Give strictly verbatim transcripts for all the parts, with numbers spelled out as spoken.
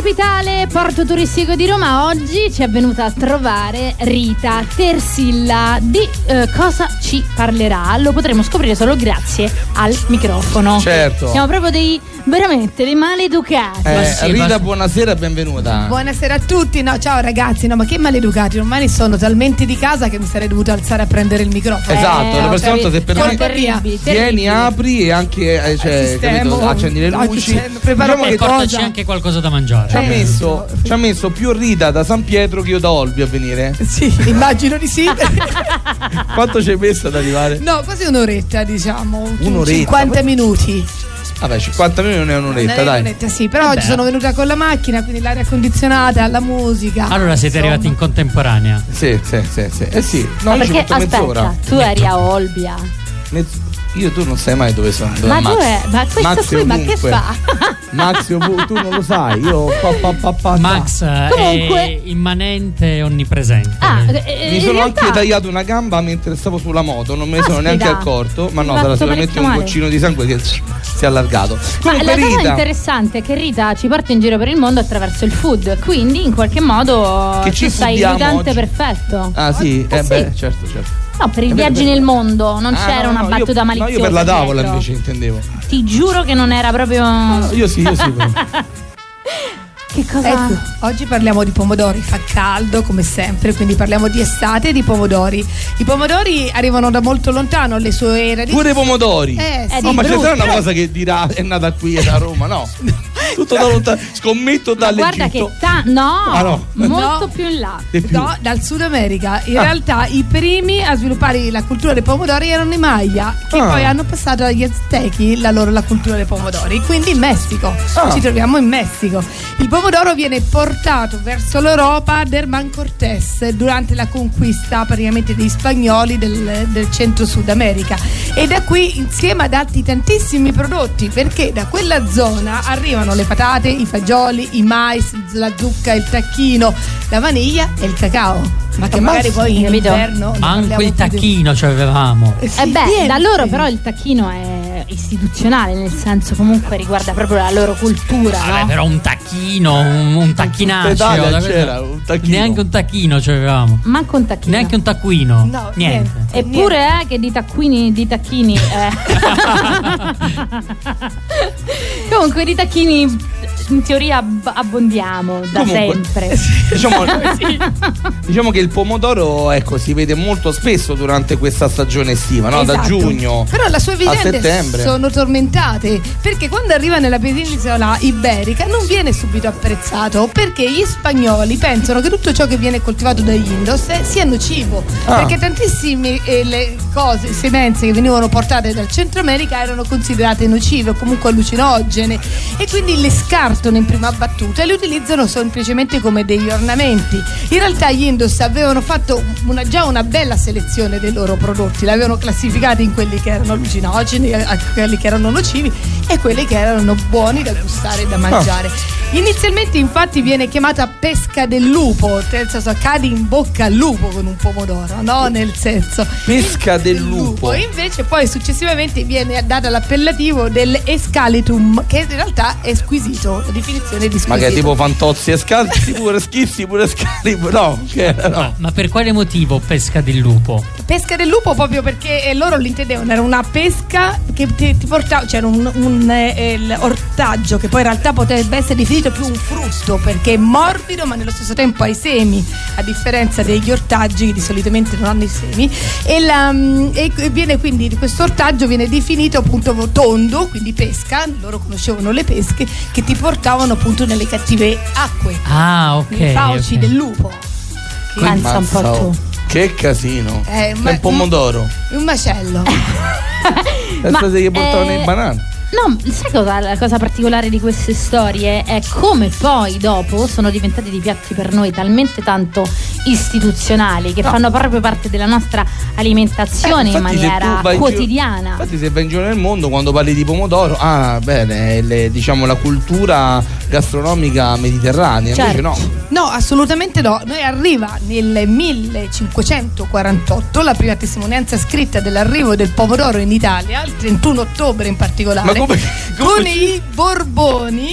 capitale, porto turistico di Roma, oggi ci è venuta a trovare Rita Tersilla. Di eh, cosa ci parlerà? Lo potremo scoprire solo grazie al microfono. Certo. Siamo proprio dei veramente dei maleducati. Eh, sì, Rita, ma... buonasera, benvenuta. Buonasera a tutti. No, ciao ragazzi. No, ma che maleducati. Ormai sono talmente di casa che mi sarei dovuto alzare a prendere il microfono. Esatto, Eh, la prossima volta se per sono me terribili, vieni, terribili. apri e anche eh, cioè, capito, accendi le luci. Preparo Diciamo E che portaci cosa? anche qualcosa da mangiare. ci ha Eh, messo, ci ha messo più Rita da San Pietro che io da Olbia a venire. Sì, immagino di sì. Quanto ci hai messo ad arrivare? No, quasi un'oretta, diciamo. Un'oretta? cinquanta minuti. Vabbè, cinquanta minuti non è un'oretta, Non è dai. un'oretta, sì, però Vabbè. oggi sono venuta con la macchina, quindi l'aria condizionata, la musica. Allora siete Insomma. arrivati in contemporanea. Sì, sì, sì, sì. Eh sì, no, Ma io ci perché metto mezz'ora. aspetta, tu eri a Olbia. Mezz- Io tu non sai mai dove sono. Dove Ma Max. dov'è? Ma questo Max qui, ma che ovunque. fa? Max, ovunque, tu non lo sai. Io pa, pa, pa, pa, Max eh, Comunque- è immanente e onnipresente. Ah, eh, Mi in sono realtà- anche tagliato una gamba mentre stavo sulla moto, non me ne sono Aspetta. neanche accorto, ma no, Ti sarà fatto sicuramente parecchio un male. goccino di sangue che si è allargato. Ma Comunque, la cosa Rita, interessante è che Rita ci porta in giro per il mondo attraverso il food, quindi in qualche modo Che ci tu sei il foodiamo mutante oggi? perfetto. ah sì, Eh eh sì. beh, certo, certo. No, per i Eh beh, viaggi beh. nel mondo non Ah, c'era no, una no, battuta io, maliziosa. No, io per la tavola dietro. invece intendevo. Ti giuro che non era proprio. No, io sì, io sì. però. Che cosa? Ecco, oggi parliamo di pomodori, fa caldo come sempre, quindi parliamo di estate e di pomodori. I pomodori arrivano da molto lontano, le sue radici. Pure i pomodori. Eh, Eh, sì. No, ma c'è brutto. sarà una cosa che dirà è nata qui e da Roma, no? Tutto da lontano. Scommetto Ma guarda che dall'Egitto. ta- no, Ah, no. molto No. più in là. Di più. No, dal Sud America. In Ah. realtà i primi a sviluppare la cultura dei pomodori erano i Maya, che Ah. poi hanno passato agli Aztechi la loro la cultura dei pomodori. Quindi in Messico. Ah. Ci troviamo in Messico. Il pomodoro viene portato verso l'Europa da Hernán Cortés durante la conquista praticamente dei spagnoli del, del centro-sud America. E da qui insieme ad altri tantissimi prodotti, perché da quella zona arrivano le patate, i fagioli, i mais, la zucca, il tacchino, la vaniglia e il cacao. Ma che magari poi in capito? inverno ne Anche parliamo il più di- tacchino ci avevamo. Eh sì, Eh beh, niente. da loro però il tacchino è istituzionale, nel senso comunque riguarda proprio la loro cultura, Vabbè, no? però un tacchino, un, un tacchinaccio. tutta Italia da c'era questo- un tacchino. Neanche un tacchino ci avevamo. Manco un tacchino. Neanche un taccuino. No, niente. niente. Eppure eh, che di tacchini, di tacchini eh. Comunque di tacchini in teoria ab- abbondiamo da Comunque, sempre. Diciamo, diciamo che il pomodoro, ecco, si vede molto spesso durante questa stagione estiva, no? Da Esatto. giugno Però le sue a vicende settembre. sono tormentate, perché quando arriva nella penisola iberica non viene subito apprezzato, perché gli spagnoli pensano che tutto ciò che viene coltivato dagli Indos eh, sia nocivo, Ah. perché tantissime eh, le cose, semenze che venivano portate dal Centro America erano considerate nocive o comunque allucinogene, e quindi le scartano in prima battuta e le utilizzano semplicemente come degli ornamenti. In realtà gli Indos avevano fatto una, già una bella selezione dei loro prodotti, l'avevano classificati in quelli che erano allucinogeni, a quelli che erano nocivi e quelli che erano buoni da gustare e da mangiare. Inizialmente infatti viene chiamata pesca del lupo, nel senso cadi in bocca al lupo con un pomodoro, no? Nel senso Pesca del lupo. Invece poi successivamente viene data l'appellativo del escalitum, che in realtà è squisito, la definizione di squisito. Ma che è tipo Fantozzi e Scalzi pure schizzi pure scali. No, che no. Ma per quale motivo pesca del lupo? Pesca del lupo proprio perché eh, loro l'intendevano, era una pesca che ti, ti portava, c'era un, un eh, il ortaggio che poi in realtà potrebbe essere definito più un frutto perché è morbido ma nello stesso tempo ha i semi, a differenza degli ortaggi che di solitamente non hanno i semi, e, la, e viene quindi questo ortaggio viene definito appunto tondo, quindi pesca, loro conoscevano le pesche che ti portavano appunto nelle cattive acque, Ah, ok. nei fauci ok. del lupo. Pensa un po' Mazza, tu. oh. Che casino. Eh, È ma- un pomodoro. Un macello. Pensa se gli portavano eh, i banani. No, sai cosa? La cosa particolare di queste storie è come poi dopo sono diventati dei piatti per noi talmente tanto istituzionali che No. fanno proprio parte della nostra alimentazione Eh, in infatti se maniera tu vai in giro- quotidiana. Infatti se vai in giro nel mondo quando parli di pomodoro, ah bene, le- diciamo la cultura gastronomica mediterranea, Certo. invece no. No, assolutamente no. Noi arriva nel millecinquecentoquarantotto la prima testimonianza scritta dell'arrivo del pomodoro in Italia, il trentuno ottobre in particolare, Ma come- come con ci- i Borboni che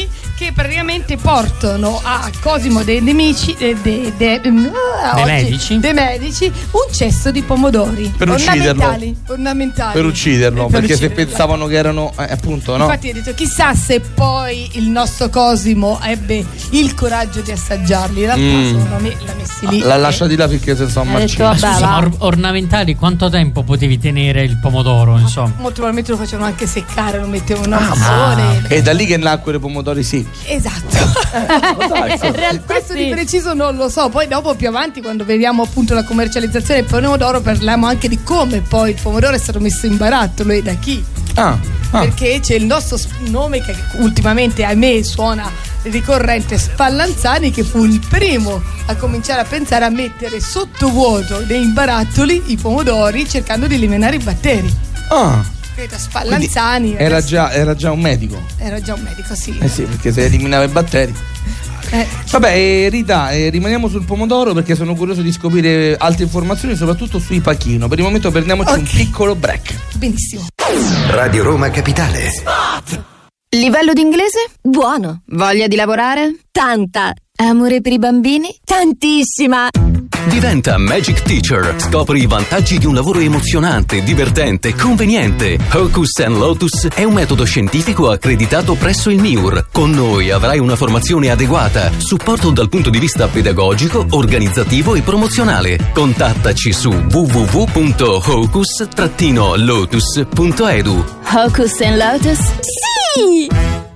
che praticamente portano a Cosimo dei nemici de, de, de, de, uh, dei medici dei medici un cesto di pomodori per ornamentali, ucciderlo ornamentali per ucciderlo per perché ucciderlo. se pensavano che erano eh, appunto no infatti ho detto chissà se poi il nostro Cosimo ebbe il coraggio di assaggiarli, in realtà Mm. sono me, l'ha messi lì la lasciati là finché se sono Ha detto, marciti. vabbè, Scusa, va. ma or- ornamentali quanto tempo potevi tenere il pomodoro, insomma? molto probabilmente lo facevano anche seccare, lo mettevano a Ah, massone. e da lì che nacquero i pomodori secchi. Esatto. In realtà Questo di sì. preciso non lo so. Poi dopo più avanti, quando vediamo appunto la commercializzazione del pomodoro, parliamo anche di come poi il pomodoro è stato messo in barattolo e da chi. Ah, ah. Perché c'è il nostro s- nome che ultimamente ahimè suona ricorrente, Spallanzani, che fu il primo a cominciare a pensare a mettere sotto vuoto nei barattoli i pomodori cercando di eliminare i batteri. Ah. Credo Spallanzani Era adesso- già, era già un medico. era già un medico, sì. Eh sì, perché se eliminava i batteri. Eh, Vabbè, eh, Rita, eh, rimaniamo sul pomodoro perché sono curioso di scoprire altre informazioni, soprattutto sui pachino. Per il momento prendiamoci Ok. un piccolo break. benissimo. Radio Roma Capitale. Livello di inglese? Buono. Voglia di lavorare? Tanta. Amore per i bambini? Tantissima. Diventa Magic Teacher. Scopri i vantaggi di un lavoro emozionante, divertente, conveniente. Hocus and Lotus è un metodo scientifico accreditato presso il M I U R. Con noi avrai una formazione adeguata, supporto dal punto di vista pedagogico, organizzativo e promozionale. Contattaci su w w w punto hocus lotus punto e d u. Hocus and Lotus? Sì!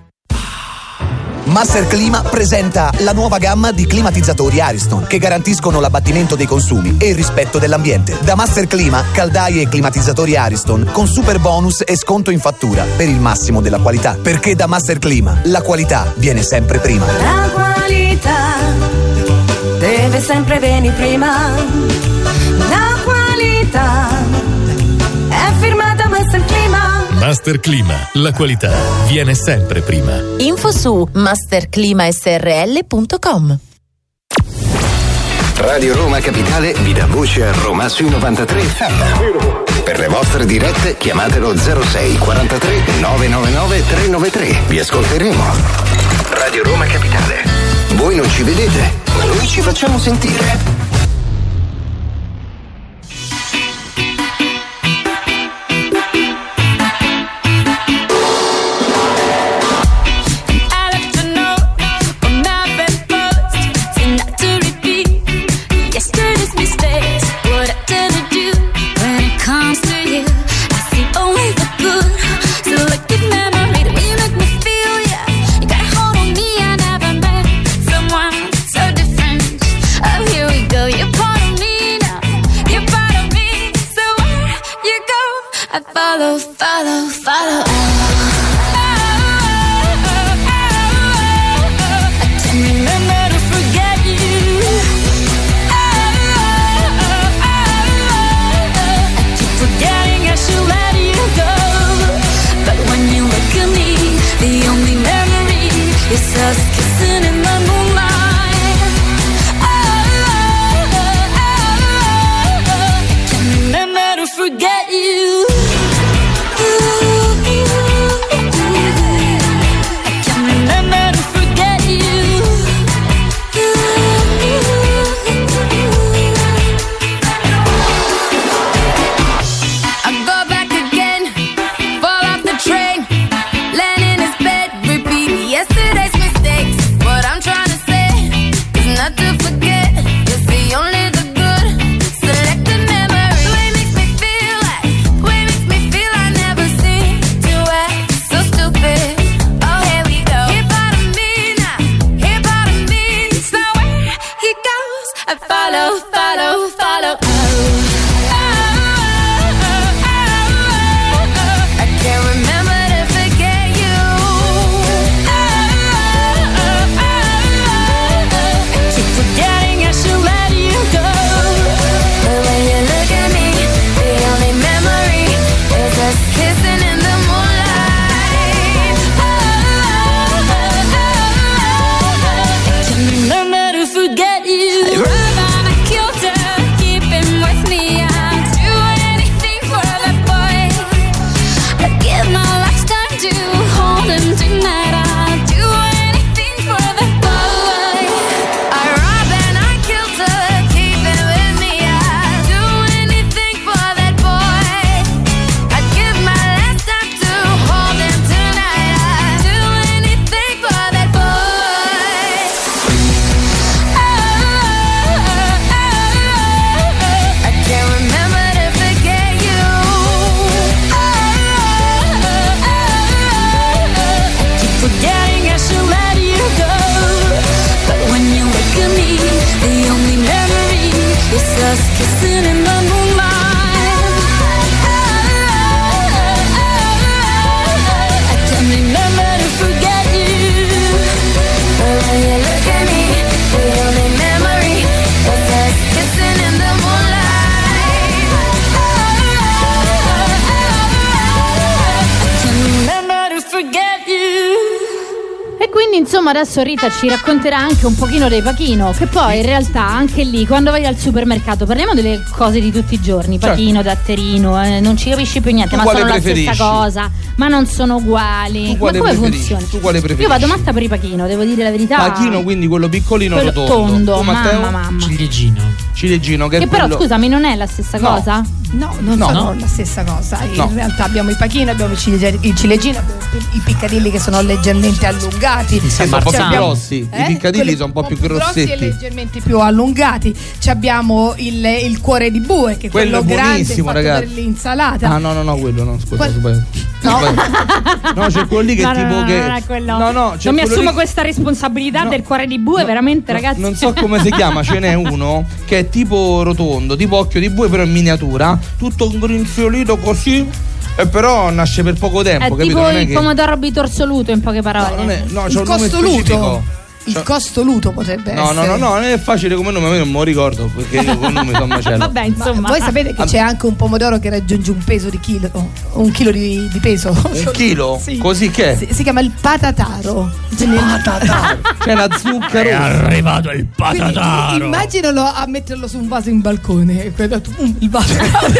Master Clima presenta la nuova gamma di climatizzatori Ariston che garantiscono l'abbattimento dei consumi e il rispetto dell'ambiente. Da Master Clima, caldaie e climatizzatori Ariston con super bonus e sconto in fattura per il massimo della qualità. Perché da Master Clima la qualità viene sempre prima. La qualità deve sempre venire prima. La qualità è firmata Master Clima. Master Clima, la qualità viene sempre prima. Info su masterclimasrl punto com. Radio Roma Capitale vi dà voce a Roma sui novantatré F M. Per le vostre dirette chiamatelo zero sei quarantatré novecentonovantanove trecentonovantatré. Vi ascolteremo. Radio Roma Capitale. Voi non ci vedete, ma noi ci facciamo sentire. Follow, follow, follow. It's us kissing in the moonlight. Oh, oh, oh, oh. I can't remember to forget you. I can't remember to forget you. I go back again, fall off the train, land in his bed, repeat yesterday's mistakes. What I'm trying to say is not to forget. You see only the good, selected memories. The way makes me feel like, the way makes me feel I never seem to act so stupid. Oh, here we go. Here part of me now, here part of me. So where he goes, I follow, follow, follow. Oh. I can't remember to forget you. I keep forgetting I should let you go. But when you look at me, the only memory is us kissing in the moonlight. I can't remember to forget you. I'd rather not kill It's us kissing in the moonlight. I can't remember to forget you, but when you look at me, the only memory is us kissing in the moonlight. I can't remember to forget you. E quindi insomma adesso Rita ci racconterà anche un pochino dei Pachino, che poi in realtà anche lì quando vai al supermercato, parliamo delle cose di tutti i giorni, Pachino, Datterino, eh, non ci capisci più niente, Tu ma quale sono la preferisci? stessa cosa, ma non sono uguali. Tu quale Ma come preferisci? funziona? Tu quale preferisci? Io vado matta per i Pachino, devo dire la verità. Pachino, quindi quello piccolino Quello rotondo. tondo, Tu, Matteo? mamma, mamma. Ciliegino. Ciliegino, che, Che è però quello... scusami, non è la stessa No. cosa? No, non No. sono No. la stessa cosa. In No. realtà abbiamo i pachini, abbiamo i ciliegi- i ciliegini, abbiamo i piccadilli che sono leggermente allungati. Sì, sono un po' più Abbiamo- grossi. eh? I piccadilli Quelli sono un po' più grossi e grossetti. leggermente più allungati. Ci abbiamo il, il cuore di bue, che è Quello quello è grande buonissimo, fatto ragazzi. per l'insalata. Ah no no no, quello no, scusa, Que- sbaglio. No. Sbaglio. No, c'è quello lì che No, no, tipo no, che non è quello. No, no, c'è non mi quello assumo lì- questa responsabilità No. del cuore di bue, veramente, No, ragazzi. non so come si chiama, ce n'è uno che è tipo rotondo, tipo occhio di bue però in miniatura, tutto grinziolito così, e però nasce per poco tempo, È capito? tipo Non è il che... pomodoro bitorsoluto, in poche parole. No, non è, no, c'è Il un nome costoluto. specifico. Il Cioè- costoluto potrebbe No, no, essere. no, no, non è facile come nome, io non me lo ricordo perché io con nome sono macello. Vabbè, Ma insomma. voi sapete che c'è anche un pomodoro che raggiunge un peso di chilo, un chilo di, di peso. Un chilo? Sì. Così che? Si, si chiama il patataro. Patataro. C'è la zucca È rossa. arrivato il Quindi, patataro. immaginalo a metterlo su un vaso in balcone e quello- mm, il vaso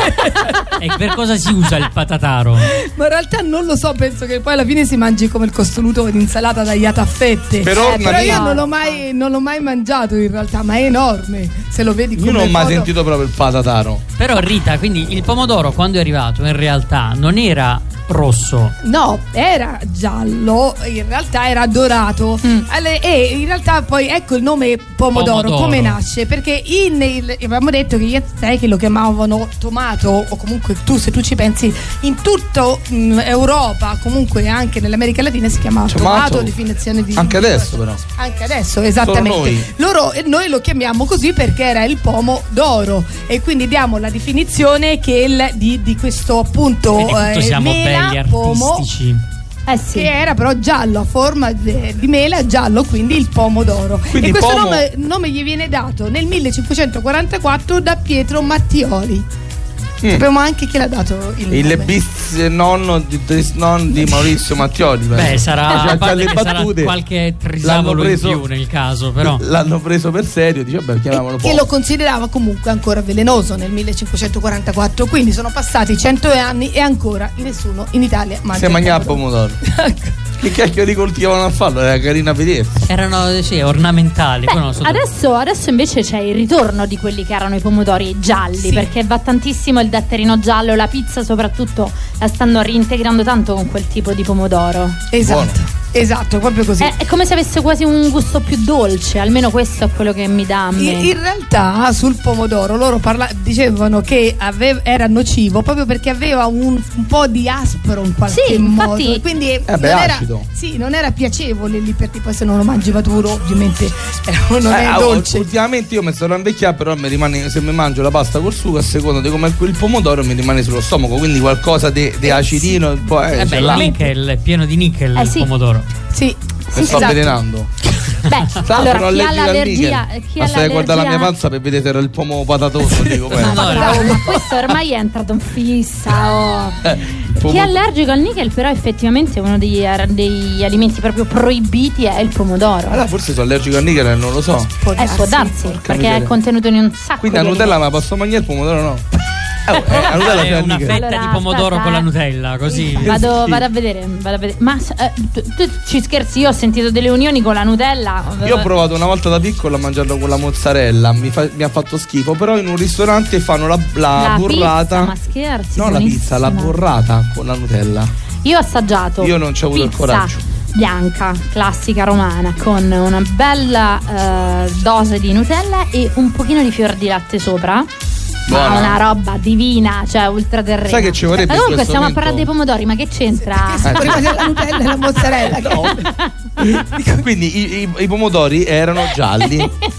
E per cosa si usa il patataro? ma in realtà non lo so, penso che poi alla fine si mangi come il costoluto d'insalata tagliata a fette. Per Eh, ornamento. però io non l'ho mai non l'ho mai mangiato in realtà, ma è enorme. Se lo vedi Io come non ho mai foto- sentito proprio il patataro. Però Rita, quindi il pomodoro quando è arrivato in realtà non era rosso. No, era giallo, in realtà era dorato. Mm. Alle- E in realtà poi ecco il nome pomodoro, Pomodoro. come nasce? Perché in il- avevamo detto che gli aztechi lo chiamavano tomato, o comunque tu, se tu ci pensi, in tutta mh, Europa, comunque anche nell'America Latina si chiamava Tomato. tomato, definizione di Anche adesso però. anche adesso, esattamente. Solo noi. Loro, e noi lo chiamiamo così perché era il pomodoro, e quindi diamo la definizione che il, di, di questo appunto Quindi tutto eh, siamo mela, belli pomo, artistici. Eh sì. che era però giallo, a forma de- di mela, giallo, quindi il pomodoro. Quindi e questo pomo- nome, nome gli viene dato nel millecinquecentoquarantaquattro da Pietro Mattioli. Mm. Sappiamo anche chi l'ha dato il, Il nome. bis nonno di, bis non di Maurizio Mattioli. Beh, sarà, Cioè, a parte le che sarà battute qualche l'hanno trisavolo in preso- più nel caso, però. L'hanno preso per serio, dice vabbè, chiamiamolo che poco. lo considerava comunque ancora velenoso nel millecinquecentoquarantaquattro, quindi sono passati cento anni e ancora nessuno in Italia mangia Si il mangia a pomodoro. pomodoro. Che cacchio di coltivano a farlo? Era carino a vedersi. Erano sì, ornamentali. Beh, poi non so adesso, adesso invece c'è il ritorno di quelli che erano i pomodori gialli, Sì. perché va tantissimo il datterino giallo, la pizza soprattutto la stanno reintegrando tanto con quel tipo di pomodoro. Esatto, Buono. esatto, proprio così. È, è come se avesse quasi un gusto più dolce, almeno questo è quello che mi dà a me. In, in realtà sul pomodoro loro parla- dicevano che ave- era nocivo proprio perché aveva un, un po' di aspro in qualche Sì, modo, infatti- e quindi Eh beh, non, era, acido. sì, non era piacevole lì per te, poi se non lo mangi maturo ovviamente eh, non Eh, è ah, dolce. Ultimamente io mi sto a invecchiare, però mi rimane, se mi mangio la pasta col sugo, a secondo di come il pomodoro mi rimane sullo stomaco, quindi qualcosa di Eh, acidino. Poi, Eh eh, beh, ce il l'ha. nickel, è pieno di nickel Eh il sì. pomodoro. Sì, Mi sto esatto. avvelenando. Beh, Tra l'altro allora chi sono ha allergico al l'allergia, nickel. chi ha Basta che guarda la mia l'allergia- panza per vedere se era il pomo patatoso. Dico, beh. Ma, No, bravo, no. ma questo ormai è entrato in fissa. oh. Eh, Chi pomo- è allergico al nickel, però, effettivamente uno degli, degli alimenti proprio proibiti è il pomodoro. Allora forse sono allergico al nickel e non lo so. Può Eh, darsi. può darsi, perché miseria. è contenuto in un sacco Quindi di la Nutella alimenti. la posso mangiare, il pomodoro no. Eh, oh, eh, la Nutella Fare c'è il una nickel. fetta Allora, di pomodoro aspetta, con la eh. Nutella, così. Vado, Sì. vado a vedere, vado a vedere. Ma eh, tu, tu ci scherzi? Io ho sentito delle unioni con la Nutella. Io ho provato una volta da piccolo a mangiarlo con la mozzarella, mi, fa- mi ha fatto schifo, però in un ristorante fanno la, la, La burrata. pizza, ma scherzi, No, la pizza, la buonissima. burrata con la Nutella. Io ho assaggiato. Io non ci ho avuto il pizza coraggio. bianca, classica romana, con una bella eh, dose di Nutella e un pochino di fior di latte sopra. Ma Buona. una roba divina, cioè ultraterrena. Sai che ci vorrebbe Ma in comunque questo stiamo momento? a parlare dei pomodori, ma che c'entra? Eh, Prima c'è la Nutella e la mozzarella. Quindi i, i- i pomodori erano gialli.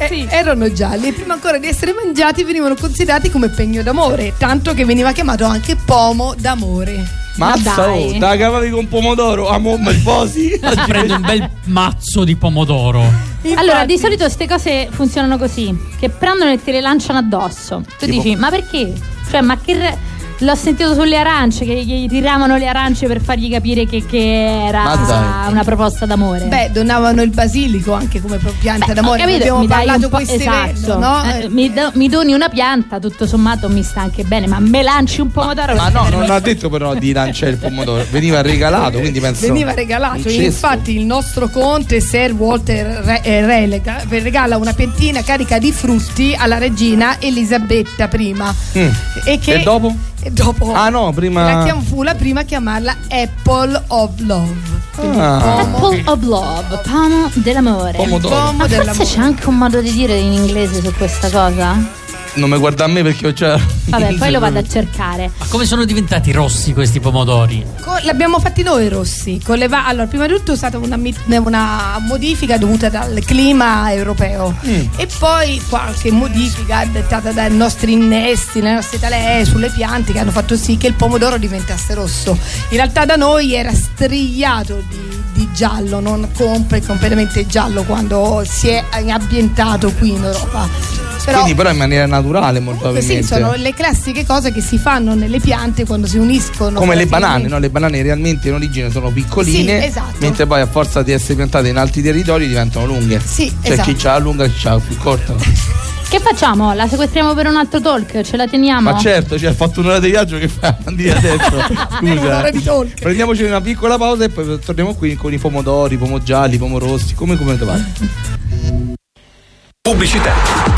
eh, erano gialli e prima ancora di essere mangiati venivano considerati come pegno d'amore, tanto che veniva chiamato anche pomo d'amore. Mazza, oh, da cavavi con pomodoro, amo mi sposi. Prendo un bel mazzo di pomodoro. Infatti, allora, di solito queste cose funzionano così: che prendono e te le lanciano addosso. Tu tipo? Dici, ma perché? Cioè, ma che. Re- L'ho sentito sulle arance, che gli tiravano le arance per fargli capire che, che era una proposta d'amore. Beh, donavano il basilico anche come pianta Beh, d'amore. Capito, abbiamo mi dai parlato un po', esatto, no? eh, mi, do, mi doni una pianta, tutto sommato mi sta anche bene, ma me lanci un pomodoro. Ma no, non ha detto però di lanciare il pomodoro, veniva regalato, quindi penso. Veniva regalato, infatti il nostro conte Sir Walter Re- eh, Relega regala una piantina carica di frutti alla regina Elisabetta prima. Mm. E che e dopo? E dopo ah no prima la chiam- fu la prima a chiamarla Apple of Love. ah. Apple of Love, pomo dell'amore. Pomodoro. Ma forse dell'amore. C'è anche un modo di dire in inglese su questa cosa? Non mi guarda a me perché ho già. Vabbè, poi lo vado a cercare. Ma come sono diventati rossi questi pomodori? Co- l'abbiamo fatti noi rossi. Con le va- allora, prima di tutto è stata una, una modifica dovuta dal clima europeo mm. e poi qualche modifica dettata dai nostri innesti, le nostre talee sulle piante che hanno fatto sì che il pomodoro diventasse rosso. In realtà da noi era strigliato di, di giallo, non compre completamente giallo quando si è ambientato qui in Europa. Però, quindi però in maniera naturale molto probabilmente. Sì, sono le classiche cose che si fanno nelle piante quando si uniscono. Come le banane, no? Le banane realmente in origine sono piccoline, sì, esatto. mentre poi a forza di essere piantate in altri territori diventano lunghe. Sì, cioè esatto. chi c'ha la lunga, chi c'ha la più corta. Che facciamo? La sequestriamo per un altro talk? Ce la teniamo? Ma certo, cioè, ha fatto un'ora di viaggio che fa di adesso. Scusa. di talk. Prendiamoci una piccola pausa e poi torniamo qui con i pomodori, i pomogialli, i pomorossi, come come te pare. Pubblicità.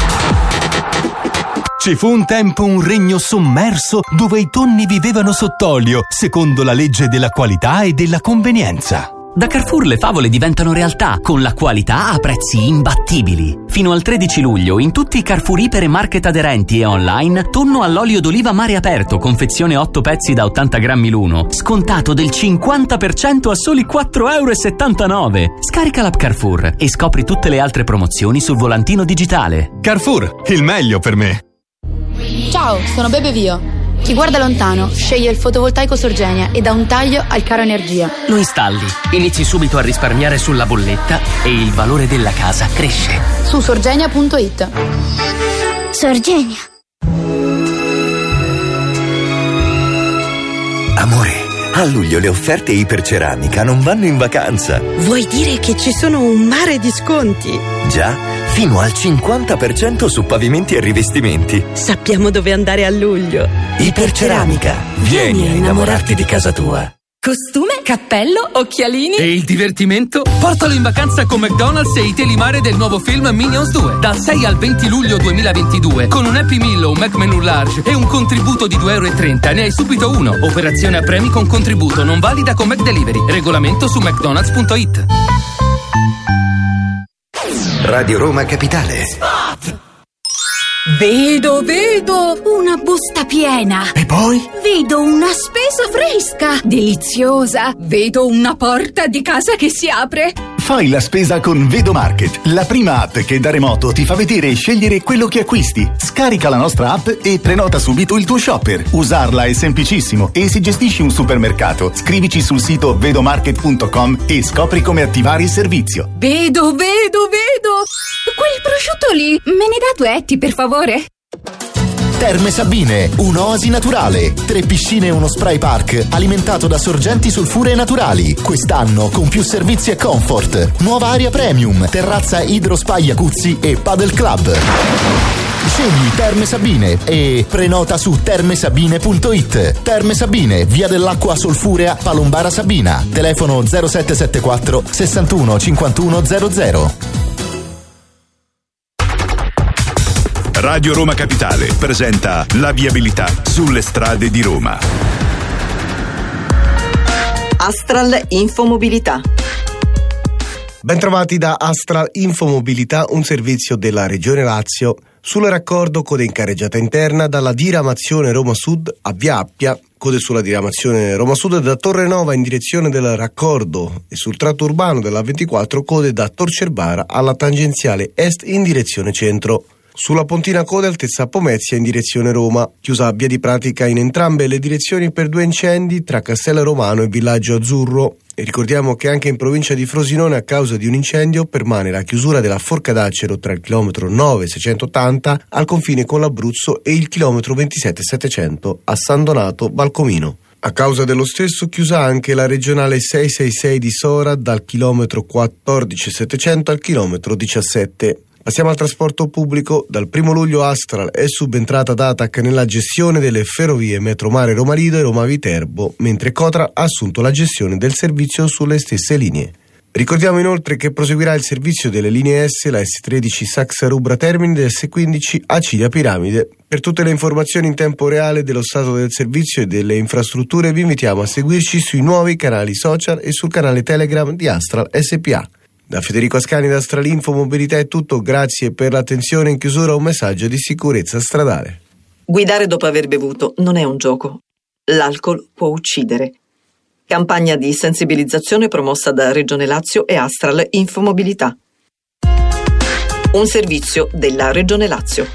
Ci fu un tempo un regno sommerso dove i tonni vivevano sott'olio, secondo la legge della qualità e della convenienza. Da Carrefour le favole diventano realtà, con la qualità a prezzi imbattibili. Fino al tredici luglio, in tutti i Carrefour Iper e Market aderenti e online, tonno all'olio d'oliva mare aperto, confezione otto pezzi da ottanta grammi l'uno, scontato del cinquanta per cento a soli quattro e settantanove euro. Scarica l'app Carrefour e scopri tutte le altre promozioni sul volantino digitale. Carrefour, il meglio per me. Ciao, sono Bebe Vio. Chi guarda lontano sceglie il fotovoltaico Sorgenia e dà un taglio al caro energia. Lo installi, inizi subito a risparmiare sulla bolletta e il valore della casa cresce. Su sorgenia punto it. Sorgenia. Amore, a luglio le offerte Iperceramica non vanno in vacanza. Vuoi dire che ci sono un mare di sconti? Già. Fino al cinquanta per cento su pavimenti e rivestimenti. Sappiamo dove andare a luglio. Iperceramica. Vieni a innamorarti di casa tua. Costume, cappello, occhialini. E il divertimento? Portalo in vacanza con McDonald's e i telimare del nuovo film Minions due. Dal sei al venti luglio duemilaventidue. Con un Happy Meal o un McMenu Large e un contributo di due e trenta euro. Ne hai subito uno. Operazione a premi con contributo non valida con McDelivery. Regolamento su mcdonalds punto it. Radio Roma Capitale. Spot. Vedo, vedo una busta piena. E poi? Vedo una spesa fresca, deliziosa. Vedo una porta di casa che si apre. Fai la spesa con Vedo Market, la prima app che da remoto ti fa vedere e scegliere quello che acquisti. Scarica la nostra app e prenota subito il tuo shopper. Usarla è semplicissimo e se gestisci un supermercato, scrivici sul sito vedomarket punto com e scopri come attivare il servizio. Vedo, vedo, vedo. Quel prosciutto lì, me ne dà due etti, per favore? Terme Sabine, un'oasi naturale. Tre piscine e uno spray park alimentato da sorgenti sulfuree naturali. Quest'anno con più servizi e comfort. Nuova area premium, terrazza idro spa jacuzzi e paddle club. Scegli Terme Sabine e prenota su termesabine punto it. Terme Sabine, via dell'acqua Solfurea, Palombara Sabina. Telefono zero sette sette quattro sessantuno cinquantuno zero zero. Radio Roma Capitale presenta la viabilità sulle strade di Roma. Astral Infomobilità. Bentrovati da Astral Infomobilità, un servizio della Regione Lazio sul raccordo coda in carreggiata interna dalla diramazione Roma Sud a Via Appia code sulla diramazione Roma Sud da Torre Nova in direzione del raccordo e sul tratto urbano della ventiquattro code da Tor Cerbara alla tangenziale est in direzione centro. Sulla Pontina code altezza Pomezia in direzione Roma, chiusa via di pratica in entrambe le direzioni per due incendi tra Castello Romano e Villaggio Azzurro. E ricordiamo che anche in provincia di Frosinone a causa di un incendio permane la chiusura della Forca d'Acero tra il chilometro nove seicentottanta al confine con l'Abruzzo e il chilometro ventisette settecento a San Donato Valcomino. A causa dello stesso chiusa anche la regionale seicentosessantasei di Sora dal chilometro quattordici settecento al chilometro diciassette. Passiamo al trasporto pubblico. Dal primo luglio Astral è subentrata ad ATAC nella gestione delle ferrovie Metromare Roma Lido e Roma Viterbo, mentre Cotra ha assunto la gestione del servizio sulle stesse linee. Ricordiamo inoltre che proseguirà il servizio delle linee S, la S tredici Saxa Rubra Termini e S quindici Acilia Piramide. Per tutte le informazioni in tempo reale dello stato del servizio e delle infrastrutture vi invitiamo a seguirci sui nuovi canali social e sul canale Telegram di Astral S P A. Da Federico Ascani da Astralinfo Mobilità è tutto, grazie per l'attenzione. In chiusura un messaggio di sicurezza stradale. Guidare dopo aver bevuto non è un gioco. L'alcol può uccidere. Campagna di sensibilizzazione promossa da Regione Lazio e Astral Infomobilità. Un servizio della Regione Lazio.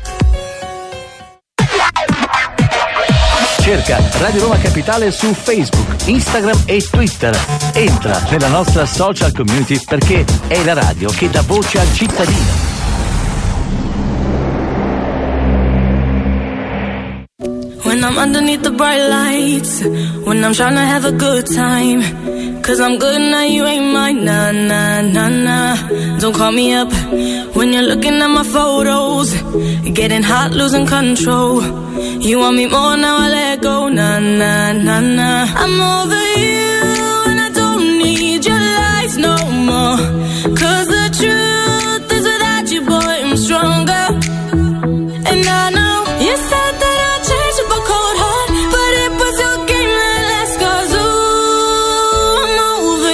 Cerca Radio Roma Capitale su Facebook, Instagram e Twitter. Entra nella nostra social community perché è la radio che dà voce al cittadino. When I'm underneath the bright lights, when I'm trying to have a good time, cause I'm good now, you ain't mine, nah, nah, nah, nah. Don't call me up when you're looking at my photos, getting hot, losing control. You want me more, now I let go, nah, nah, nah, nah. I'm over you and I don't need your lies no more, cause the truth is without you, boy, I'm stronger. And I know you said that I'd change up a cold heart, but it was your game that last, cause ooh, I'm over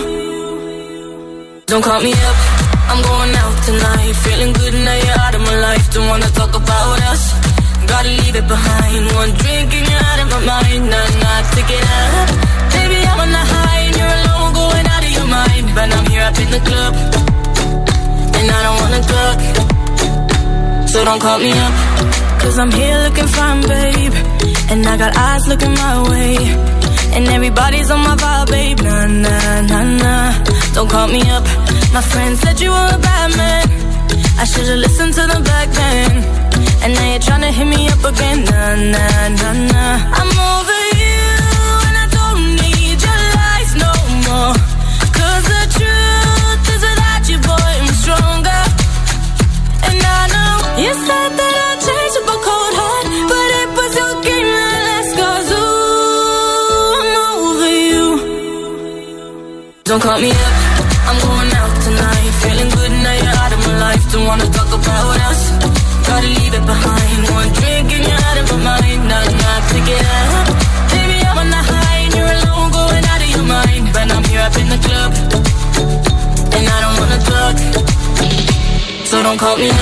you. Don't call me up, I'm going out tonight, feeling good now you're out of my life. Don't wanna talk about us, gotta leave it behind. One drink and you're out of my mind, nah, nah, take it out. Baby, I'm on the high and you're alone, going out of your mind. But I'm here up in the club, and I don't wanna talk, so don't call me up, cause I'm here looking fine, babe, and I got eyes looking my way, and everybody's on my vibe, babe, nah, nah, nah, nah. Don't call me up, my friend said you were a bad man, I should've listened to them back then, and now you're tryna hit me up again, nah, nah, nah, nah. I'm over you and I don't need your lies no more, cause the truth is without you, boy, I'm stronger. And I know you said that I'd change up a cold heart, but it was your game that last, cause ooh, I'm over you. Don't call me up, I'm going out tonight, feeling good now you're out of my life. Don't wanna talk about us, gotta leave it behind. One drink and you're out of my mind, nah, nah, take it out. Baby, I'm on the high and you're alone, going out of your mind. But I'm here up in the club, and I don't wanna talk, so don't call me up.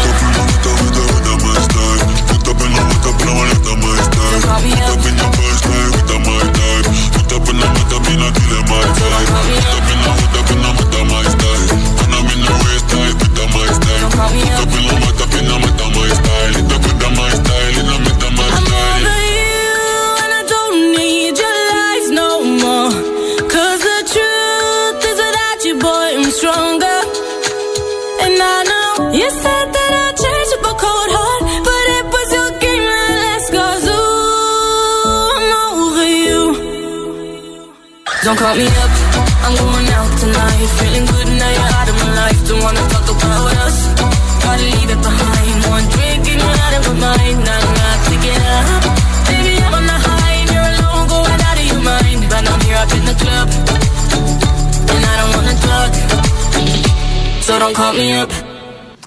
Don't call me up, I'm going out tonight, feeling good now you're out of my life. Don't wanna talk about us, gotta leave it behind. One drink and you're out of my mind, nah, nah, take it out. Baby, I'm on the high and you're alone, going out of your mind. But I'm here up in the club, and I don't wanna talk, so don't call me up.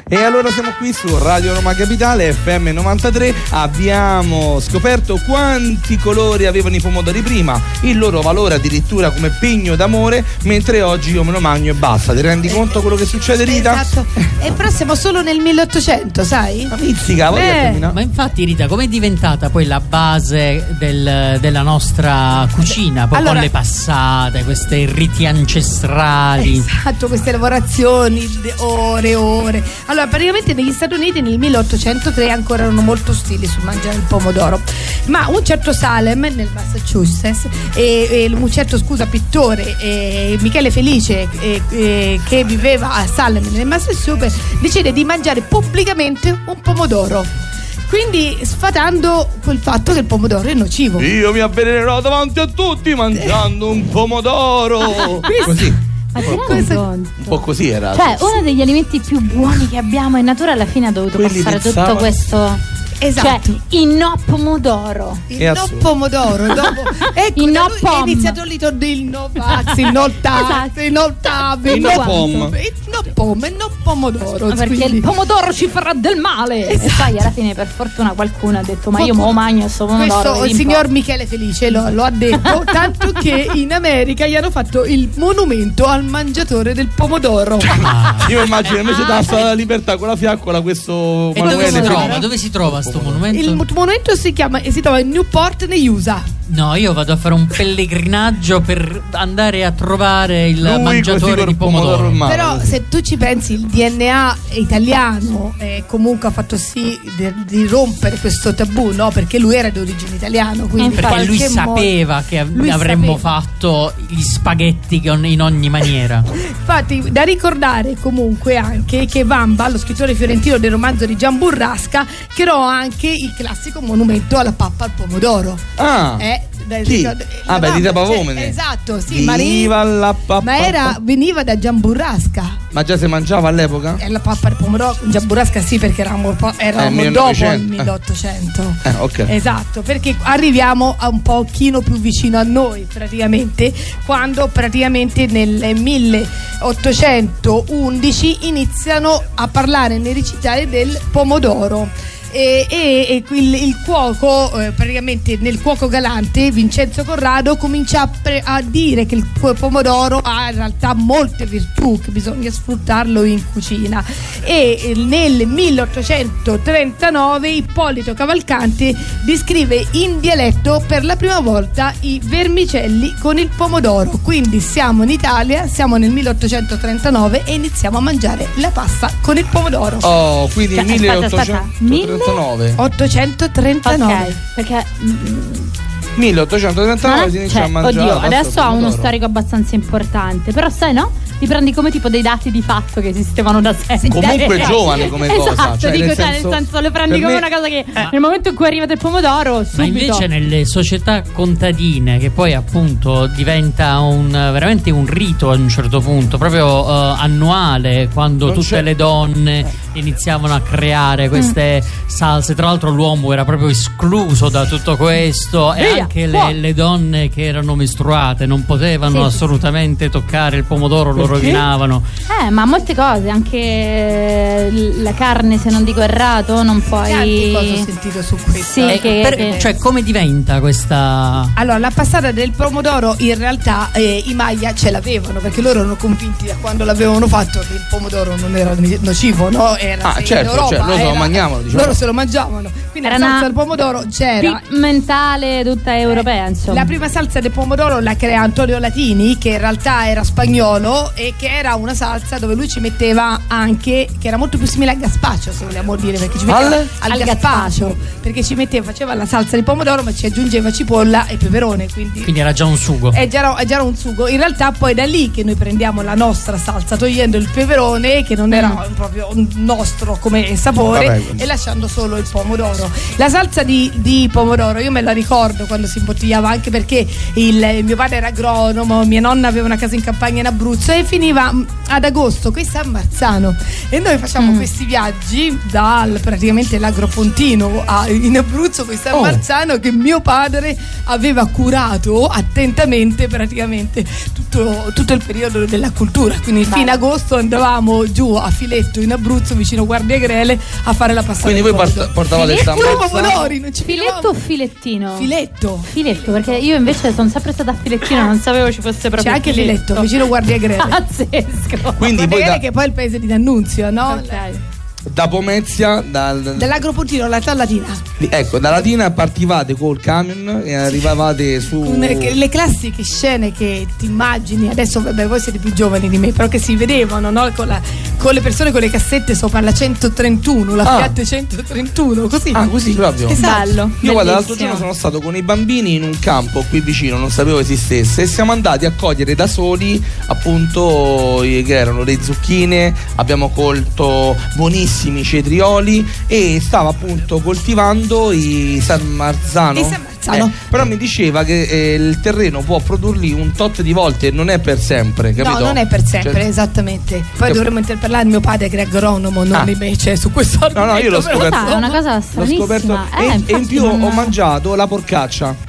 E allora siamo qui su Radio Roma Capitale F M novantatré. Abbiamo scoperto quanti colori avevano i pomodori prima, il loro valore addirittura come pegno d'amore, mentre oggi io me lo mangio e basta. Ti rendi conto quello che succede, Rita? Esatto. E però siamo solo nel milleottocento, sai? Ma pizzica, Beh. Ma infatti, Rita, com'è diventata poi la base del, della nostra cucina? Poi Allora- con le passate, questi riti ancestrali. Esatto, queste lavorazioni, de- ore e ore. Allora, praticamente negli Stati Uniti nel milleottocentotre ancora erano molto ostili sul mangiare il pomodoro. Ma un certo Salem nel Massachusetts e, e un certo, scusa, pittore eh, Michele Felice eh, eh, che viveva a Salem nel Massachusetts decide di mangiare pubblicamente un pomodoro. Quindi sfatando quel fatto che il pomodoro è nocivo. Io mi avvelenerò davanti a tutti mangiando un pomodoro. Così. Ma ti rendi Questo- conto? Un po' così era. Cioè, uno degli alimenti più buoni che abbiamo in natura alla fine ha dovuto Quelli passare del tutto sabato. questo. Esatto. Cioè, il no pomodoro. Il È no assurdo. pomodoro dopo, ecco, Il da no lui pom. è iniziato lì il no pazzi, il no tazzi, Esatto. il no tabi, Il no pom. il no pom, il no pomodoro. Ma perché quindi- il pomodoro ci farà del male. E poi alla fine, per fortuna, qualcuno ha detto: ma io mo mangio sto pomodoro. Questo il vedi un signor po'. Michele Felice lo, lo ha detto, tanto che in America gli hanno fatto il monumento al mangiatore del pomodoro. Io immagino invece da Statua della Libertà con la fiaccola questo E dove Manuele si trova? Felice. Dove si trova sto monumento? Il monumento si chiama e si trova in Newport negli U S A. No, io vado a fare un pellegrinaggio per andare a trovare il Lui così mangiatore col di pomodoro. in mano. Però se tu ci pensi, il D N A italiano eh, comunque ha fatto sì di, di rompere questo tabù, no? Perché lui era di origine italiano, quindi in Perché lui qualche modo- sapeva che av- Lui avremmo sapeva. fatto gli spaghetti con- in ogni maniera. Infatti, da ricordare comunque anche che Vamba, lo scrittore fiorentino del romanzo di Gian Burrasca, creò anche il classico monumento alla pappa al pomodoro. Ah. Eh, da- Chi? ricordo- Ah, la beh, di Vamba, Tapavomene. cioè, esatto, sì, ma, Viva la pappa. ma era, veniva da Gian Burrasca. Ma già si mangiava all'epoca? E la pappa al pomodoro con Gian Burrasca sì, perché eravamo, po- eravamo Eh, dopo il millenovecento. milleottocento. Eh, ok. Esatto, perché arriviamo a un pochino più vicino a noi praticamente, quando praticamente nel milleottocentoundici iniziano a parlare e recitare del pomodoro. E, e- e il, il cuoco, eh, praticamente nel Cuoco Galante, Vincenzo Corrado comincia a, pre- a dire che il po- pomodoro ha in realtà molte virtù, che bisogna sfruttarlo in cucina. E eh, nel milleottocentotrentanove Ippolito Cavalcanti descrive in dialetto per la prima volta i vermicelli con il pomodoro. Quindi siamo in Italia, siamo nel milleottocentotrentanove e iniziamo a mangiare la pasta con il pomodoro. Oh, quindi Cioè, aspetta, aspetta. milleottocentotrentanove. ottocentotrentanove. Ok, perché mm, milleottocentotrentanove si eh? inizia Cioè, a mangiare. oddio, la pasta adesso al ha uno pomodoro. storico abbastanza importante. Però sai, no? Li prendi come tipo dei dati di fatto che esistevano da sempre. Comunque giovane come cosa, Esatto, cioè, dico, nel cioè, nel senso- senso, le prendi per come me- una cosa che nel momento in cui arriva del pomodoro, subito. Ma invece nelle società contadine, che poi appunto diventa un, veramente un rito a un certo punto, proprio eh, annuale, quando Non tutte c'è- le donne iniziavano a creare queste salse. Tra l'altro l'uomo era proprio escluso da tutto questo, e Via, anche fuori. le, le donne che erano mestruate non potevano Sì. assolutamente toccare il pomodoro, lo Perché? rovinavano. Eh, ma molte cose, anche eh, la carne, se non dico errato, non puoi. Tante cose ho sentito su questo. Sì, Eh, che- per- che- cioè, come diventa questa. Allora, la passata del pomodoro in realtà eh, i Maya ce l'avevano, perché loro erano convinti da quando l'avevano fatto che il pomodoro non era ni- nocivo, no? Era Ah, se in certo, Europa cioè, loro se lo era- mangiavano, diciamo. Loro se lo mangiavano. Quindi Era la salsa una del pomodoro c'era. mentale tutta europea, insomma. La prima salsa del pomodoro la crea Antonio Latini, che in realtà era spagnolo e che era una salsa dove lui ci metteva anche, che era molto più simile al gazpacho, se vogliamo dire, perché ci metteva Al? al, Al gazpacho, perché ci metteva, faceva la salsa di pomodoro ma ci aggiungeva cipolla e peperone, quindi Quindi era già un sugo. è già, è già un sugo. In realtà poi è da lì che noi prendiamo la nostra salsa, togliendo il peperone che non era Mm. proprio un nostro come sapore, Vabbè. e lasciando solo il pomodoro. La salsa di, di pomodoro io me la ricordo quando si imbottigliava, anche perché il mio padre era agronomo, mia nonna aveva una casa in campagna in Abruzzo e finiva mh, ad agosto questa a Marzano, e noi facciamo Mm. questi viaggi dal praticamente l'Agropontino a, in Abruzzo, questa a Oh. Marzano, che mio padre aveva curato attentamente praticamente tutto, tutto il periodo della cultura, quindi Beh. fino a agosto andavamo giù a Filetto in Abruzzo vicino Guardia Grele a fare la passata. Quindi voi port- portavate il pure sambuca. pomodori, non ci Filetto o filettino? Filetto. Filetto, perché io invece sono sempre stata a filettino, non sapevo ci fosse proprio C'è anche filetto, vicino Guardia Grele. Pazzesco. Quindi poi da, che poi è il paese di D'Annunzio, no? Ok. da Pomezia, dal, dall'Agropontino alla Latina. Ecco, da Latina partivate col camion e arrivavate su. Con le classiche scene che ti immagini, adesso vabbè voi siete più giovani di me, però che si vedevano, no? Con, la, con le persone con le cassette sopra la centotrentuno, la Ah. Fiat centotrentuno, così. Ah, così proprio. Esatto. Bello. Io guarda, l'altro Bellissimo. giorno sono stato con i bambini in un campo qui vicino, non sapevo esistesse, e siamo andati a cogliere da soli appunto i- che erano le zucchine, abbiamo colto buonissimi cetrioli e stava appunto coltivando i San Marzano. I San Marzano. Eh, però mi diceva che eh, il terreno può produrli un tot di volte e non è per sempre, capito? No, non è per sempre, Cioè- esattamente. Poi Che- dovremmo interpellare mio padre che è agronomo, non Ah. invece su questo argomento. No, no, io l'ho però- scoperto. È una cosa L'ho stranissima. scoperto Eh, e, e in infatti più non- ho mangiato la porcaccia.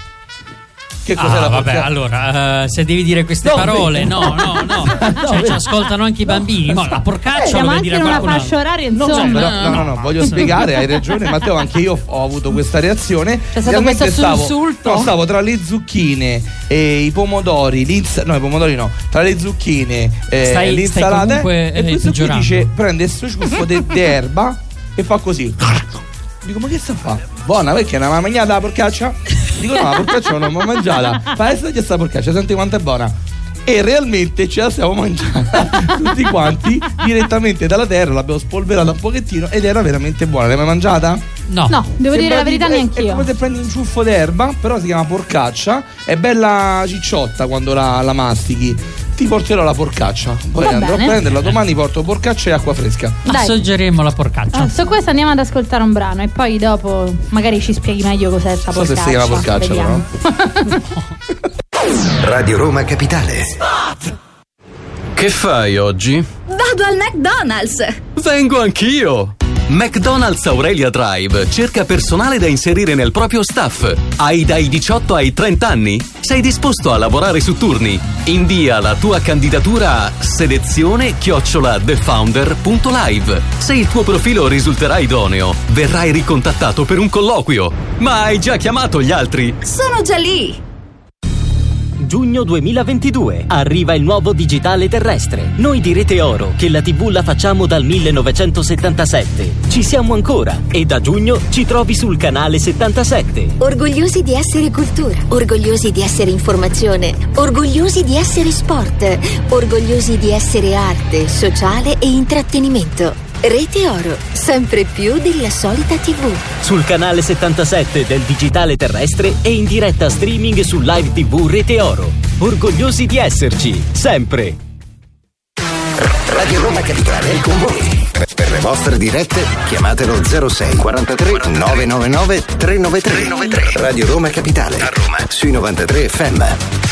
Che cos'è Ah, la vabbè, porcaccia? allora, eh, se devi dire queste No, parole, vedi. no, no, no. Cioè, ci ascoltano anche i bambini. No, la porcaccia Siamo lo anche dire in una qualcun fascia altro. oraria, No, insomma. però- no, no, no, voglio spiegare, hai ragione Matteo, anche io ho avuto questa reazione. C'è stato Realmente questo stavo, sussulto? no, stavo tra le zucchine e i pomodori, l'insa- no i pomodori no, tra le zucchine e Stai- l'insalata stai comunque, e eh, questo qui peggiorando. dice prende sto ciuffo di erba e fa così. Dico ma che sta a fa? Buona perché non mi mangiata la porcaccia? Dico no la porcaccia non l'ho mangiata. Fa adesso che sta porcaccia, senti quanto è buona. E realmente ce la stiamo mangiando tutti quanti direttamente dalla terra, l'abbiamo spolverata un pochettino ed era veramente buona. L'hai mai mangiata? No. No, devo dire la verità tipo- è- È neanch'io. come se prendi un ciuffo d'erba, però si chiama porcaccia. È bella cicciotta quando la, la mastichi. Ti porterò la porcaccia. Poi Va andrò bene. a prenderla. Domani porto porcaccia e acqua fresca. Dai. Assaggeremo la porcaccia. Ah, su questo andiamo ad ascoltare un brano e poi dopo magari ci spieghi meglio cos'è sta Non so se porcaccia. si chiama porcaccia, Vediamo. Radio Roma Capitale. Che fai oggi? Vado al McDonald's! Vengo anch'io! McDonald's Aurelia Drive cerca personale da inserire nel proprio staff. Hai dai diciotto ai trenta anni? Sei disposto a lavorare su turni? Invia la tua candidatura a selezione chiocciola thefounder punto live. Se il tuo profilo risulterà idoneo, verrai ricontattato per un colloquio. Ma hai già chiamato gli altri? Sono già lì! Giugno duemilaventidue. Arriva il nuovo digitale terrestre. Noi di Rete Oro, che la tivù la facciamo dal millenovecentosettantasette. Ci siamo ancora e da giugno ci trovi sul canale settantasette. Orgogliosi di essere cultura, orgogliosi di essere informazione, orgogliosi di essere sport, orgogliosi di essere arte, sociale e intrattenimento. Rete Oro, sempre più della solita tivù. Sul canale settantasette del digitale terrestre e in diretta streaming su Live tivù Rete Oro. Orgogliosi di esserci, sempre. Radio Roma Capitale è con voi. Per, per le vostre dirette chiamatelo zero sei quarantatré novecentonovantanove trecentonovantatré. Radio Roma Capitale. A Roma. Sui novantatré F M.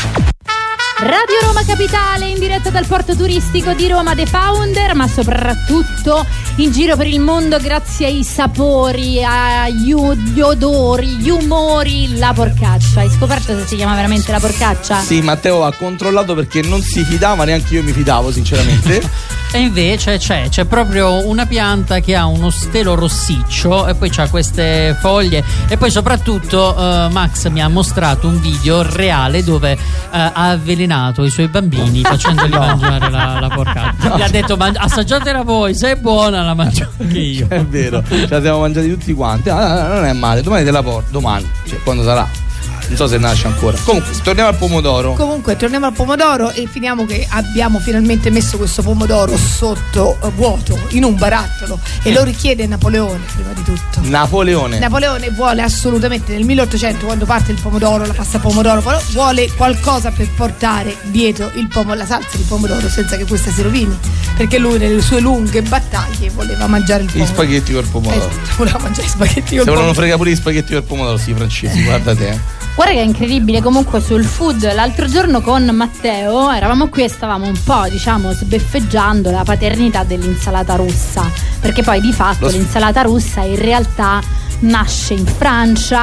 Radio Roma Capitale in diretta dal porto turistico di Roma The Founder, ma soprattutto in giro per il mondo grazie ai sapori, agli gli odori, gli umori, la porcaccia. Hai scoperto se si chiama veramente la porcaccia? Sì, Matteo ha controllato perché non si fidava, neanche io mi fidavo sinceramente. E invece c'è, c'è proprio una pianta che ha uno stelo rossiccio e poi c'ha queste foglie e poi soprattutto eh, Max mi ha mostrato un video reale dove eh, ha avvelenato i suoi bambini facendogli mangiare la, la porcaccia. Gli ha detto "Man- assaggiatela voi, se è buona la mangio anche io". È vero, ce la siamo mangiati tutti quanti. Ah, non è male, domani te la porto, domani, cioè quando sarà. Non so se nasce ancora. Comunque, torniamo al pomodoro. Comunque torniamo al pomodoro e finiamo che abbiamo finalmente messo questo pomodoro sotto eh, vuoto in un barattolo e lo richiede Napoleone prima di tutto. Napoleone. Napoleone vuole assolutamente nel milleottocento, quando parte il pomodoro, la pasta pomodoro, vuole qualcosa per portare dietro il pomo- la salsa di pomodoro senza che questa si rovini, perché lui nelle sue lunghe battaglie voleva mangiare il Gli pomodoro. spaghetti col pomodoro. Esatto, voleva mangiare gli spaghetti Se col volevano pomodoro. frega pure gli spaghetti col pomodoro, sì, francesi, guarda te. Guarda che è incredibile comunque sul food. L'altro giorno con Matteo eravamo qui e stavamo un po' diciamo sbeffeggiando la paternità dell'insalata russa, perché poi di fatto Lo- l'insalata russa in realtà nasce in Francia,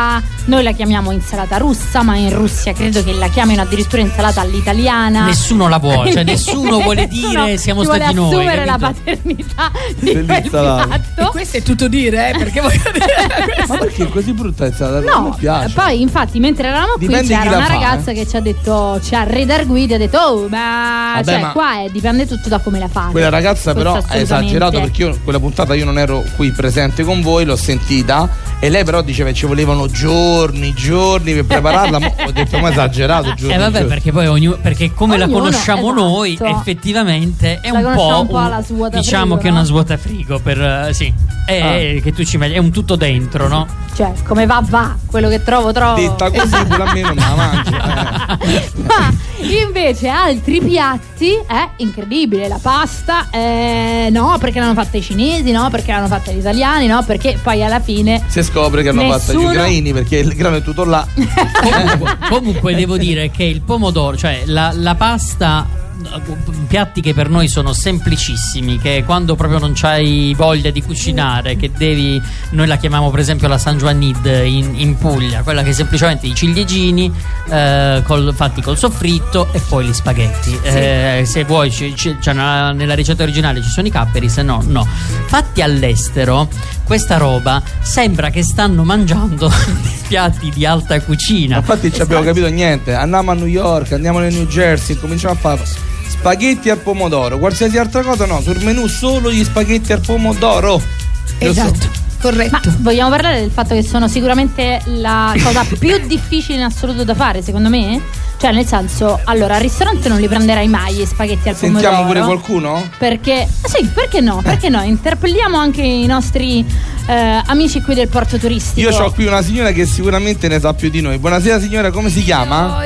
Noi la chiamiamo insalata russa, ma in Russia credo che la chiamino addirittura insalata all'italiana. Nessuno la vuole, cioè nessuno vuole dire siamo si stati vuole noi. assumere la capito? paternità di quel piatto. E questo è tutto dire, eh, perché voglio dire. Ma perché è così brutta insalata? No, non mi piace. poi infatti mentre eravamo Dipende qui chi c'era la una fa, ragazza eh. che ci ha detto, ci ha redarguito e ha detto oh ma, Vabbè, cioè ma qua è, dipende tutto da come la fate. Quella ragazza però Questo ha esagerato, perché io quella puntata io non ero qui presente con voi, l'ho sentita e lei però diceva che ci volevano giorni, giorni per prepararla. Mo- ho detto ma esagerato giorni. Eh vabbè, giorni. perché poi ognuno, perché come Ognuno, la conosciamo esatto. noi, effettivamente è La un conosciamo po', un po' un- alla svuota diciamo frigo, che è no? una svuota frigo per eh, sì. È, Ah. che tu ci metti, è un tutto dentro, no? Cioè come va va, quello che trovo trovo. Detta così pure a me non me la mangio. eh. Ma invece altri piatti è incredibile, la pasta eh, no perché l'hanno fatta i cinesi, no perché l'hanno fatta gli italiani, no perché poi alla fine Si scopre che hanno fatto gli Nessuno- ucraini perché il grano è tutto là. Comunque, comunque devo dire che il pomodoro, cioè la, la pasta, piatti che per noi sono semplicissimi, che quando proprio non c'hai voglia di cucinare, che devi, noi la chiamiamo per esempio la San Juanid in, in Puglia, quella che semplicemente i ciliegini eh, col, fatti col soffritto e poi gli spaghetti. Eh, se vuoi ci, ci, cioè, nella, nella ricetta originale ci sono i capperi, se no no. Fatti all'estero questa roba sembra che stanno mangiando piatti di alta cucina. Infatti ci abbiamo capito niente. Andiamo a New York, andiamo nel New Jersey, cominciamo a fare spaghetti al pomodoro. Qualsiasi altra cosa no, sul menù solo gli spaghetti al pomodoro. Esatto, corretto. Ma vogliamo parlare del fatto che sono sicuramente la cosa più difficile in assoluto da fare, secondo me? Cioè, nel senso, allora, al ristorante non li prenderai mai gli spaghetti al pomodoro. Sentiamo pure qualcuno? Perché, sì, perché no? Perché no? Interpelliamo anche i nostri eh, amici qui del porto turistico. Io ho qui una signora che sicuramente ne sa più di noi. Buonasera signora, come si chiama?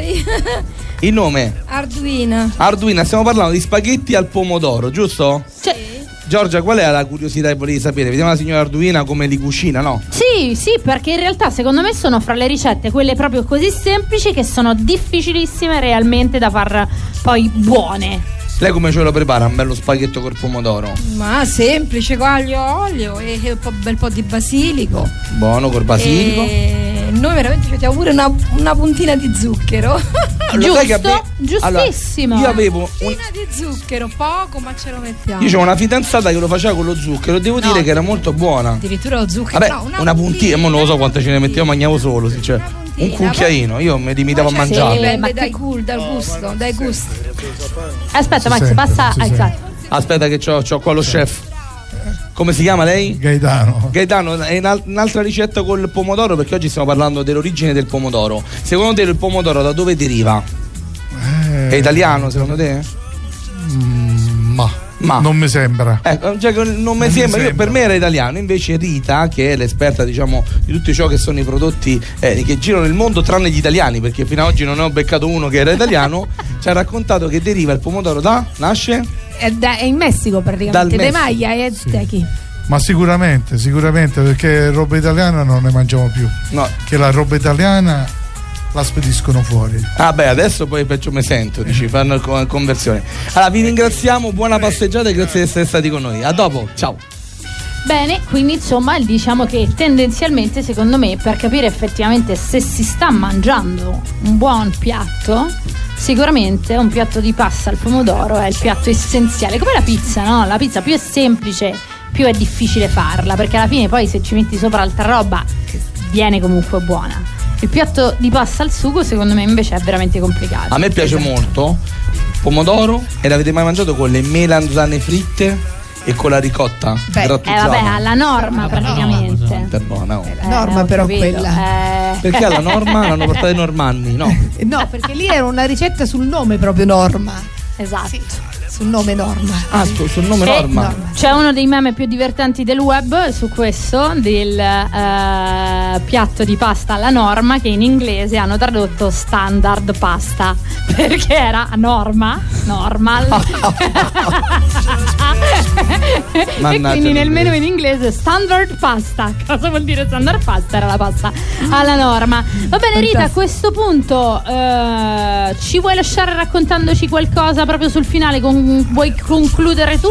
Il nome? Arduino. Arduina, stiamo parlando di spaghetti al pomodoro, giusto? Cioè, Giorgia, qual è la curiosità che volevi sapere? Vediamo la signora Arduina come li cucina, no? Sì, sì, perché in realtà secondo me sono fra le ricette quelle proprio così semplici che sono difficilissime realmente da far poi buone. Lei come ce lo prepara un bello spaghetto col pomodoro? Ma semplice, con aglio, olio e un po', bel po' di basilico. Buono col basilico. E noi veramente ci mettiamo pure una, una puntina di zucchero. Lo sai che abbi- giustissimo. Allora, io avevo un- Puntina di zucchero, poco, ma ce lo mettiamo. Io c'ho una fidanzata che lo faceva con lo zucchero e devo No. dire che era molto buona. Addirittura lo zucchero. Vabbè, no, una, puntina, mo non lo so quante ce ne mettevo, mangiavo solo, sì, cioè, un cucchiaino, io mi limitavo a mangiare. Dipende dai, gul- dal gusto, dai gusti. Aspetta, Max, sente, passa. si ah, sente. esatto. Aspetta che c'ho, c'ho qua lo chef. Come si chiama lei? Gaetano. Gaetano, è un'al- un'altra ricetta col pomodoro, perché oggi stiamo parlando dell'origine del pomodoro. Secondo te il pomodoro da dove deriva? È italiano secondo te? Mm, ma, Ma non mi sembra. Ecco, cioè, non mi Non mi sembra, io- sembra. per me era italiano, invece Rita, che è l'esperta diciamo di tutto ciò che sono i prodotti eh, che girano nel mondo tranne gli italiani, perché fino ad oggi non ne ho beccato uno che era italiano, ci ha raccontato che deriva il pomodoro da, nasce? È, da- è in Messico praticamente, Dal dai Messico. Maya e Aztechi. Ma sicuramente, sicuramente, perché roba italiana non ne mangiamo più. No. Che la roba italiana la spediscono fuori. Ah beh, adesso poi peggio mi sento, dici, fanno co- conversione. Allora vi ringraziamo, buona passeggiata e grazie di essere stati con noi. A dopo, ciao. Bene, quindi insomma diciamo che tendenzialmente secondo me per capire effettivamente se si sta mangiando un buon piatto, sicuramente un piatto di pasta al pomodoro è il piatto essenziale, come la pizza, no? La pizza più è semplice, più è difficile farla, perché alla fine poi se ci metti sopra altra roba viene comunque buona. Il piatto di pasta al sugo secondo me invece è veramente complicato. A me piace molto pomodoro e l'avete mai mangiato con le melanzane fritte e con la ricotta Beh, eh grattugiata? vabbè, alla norma praticamente. È buona, oh. Eh, norma ho però capito, quella. eh. Perché alla norma l'hanno portata i normanni, no? No, perché lì era una ricetta sul nome proprio Norma. Esatto. Sul nome Norma. Ah, su- sul nome E Norma. c'è uno dei meme più divertenti del web su questo, del eh, piatto di pasta alla norma, che in inglese hanno tradotto standard pasta, perché era norma, normal. E Mannaggia quindi nel l'inglese. menu in inglese standard pasta. Cosa vuol dire standard pasta? Era la pasta alla norma. Va bene Rita, a questo punto eh, ci vuoi lasciare raccontandoci qualcosa proprio sul finale? Con- vuoi concludere tu?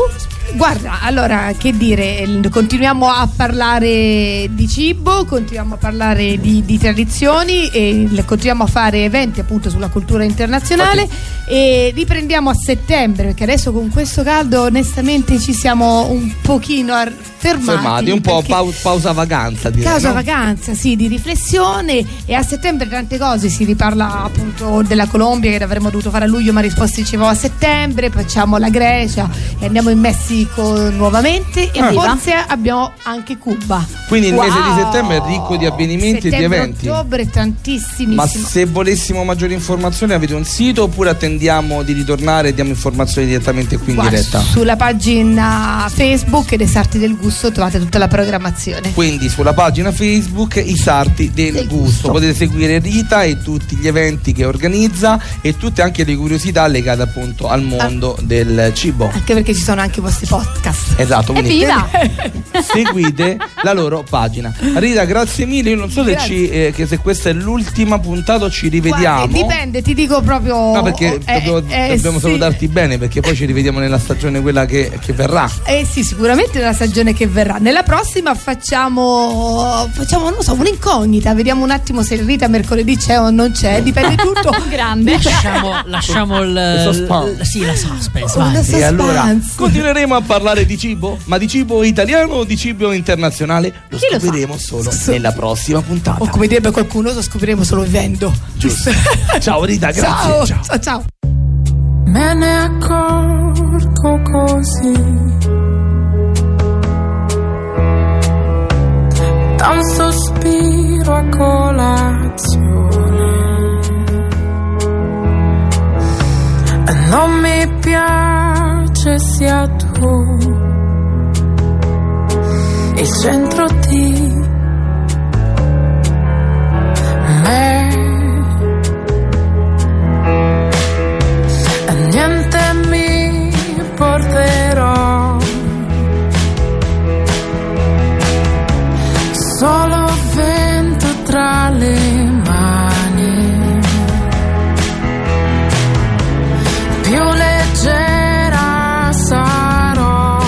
Guarda, allora, che dire, continuiamo a parlare di cibo, continuiamo a parlare di, di tradizioni e continuiamo a fare eventi appunto sulla cultura internazionale. Infatti. E riprendiamo a settembre, perché adesso con questo caldo onestamente ci siamo un pochino fermati. Fermati, un po' pau- pausa vacanza, direi. Pausa no? vacanza, sì, di riflessione, e a settembre tante cose, si riparla appunto della Colombia che avremmo dovuto fare a luglio ma risposta ricevevo a settembre, facciamo la Grecia e andiamo in Messico nuovamente e ah. forse abbiamo anche Cuba. Quindi il wow. mese di settembre è ricco di avvenimenti settembre, e di eventi. Ottobre tantissimi. Ma se volessimo maggiori informazioni avete un sito oppure attendiamo di ritornare e diamo informazioni direttamente qui in Guarda, diretta? Sulla pagina Facebook dei Sarti del Gusto trovate tutta la programmazione. Quindi sulla pagina Facebook I Sarti del, del gusto. gusto potete seguire Rita e tutti gli eventi che organizza e tutte anche le curiosità legate appunto al mondo ah. del cibo, anche perché ci sono anche i vostri podcast. Esatto, quindi Evviva! seguite la loro pagina. Rita, grazie mille. Io non so se, ci, eh, che se questa è l'ultima puntata ci rivediamo. Guardi, dipende, ti dico proprio. No, perché eh, dobbiamo, eh, dobbiamo sì. salutarti bene, perché poi ci rivediamo nella stagione quella che, che verrà. Eh sì, sicuramente nella stagione che verrà. Nella prossima facciamo facciamo non so, un'incognita, vediamo un attimo se Rita mercoledì c'è o non c'è, dipende tutto. Grande. Lasciamo, lasciamo il, il, il sì, la suspense. Una suspense. E allora continueremo a parlare di cibo, ma di cibo italiano o di cibo internazionale? Lo Chi scopriremo lo solo so. nella prossima puntata. O come direbbe qualcuno, lo scopriremo solo vivendo. Giusto. Ciao Rita, grazie. Ciao, ciao. ciao. ciao. Me ne accorgo così, da un sospiro a colazione, e non mi piace sia tu il centro di me. Niente mi porterò, solo vento tra le mani, più leggera sarò,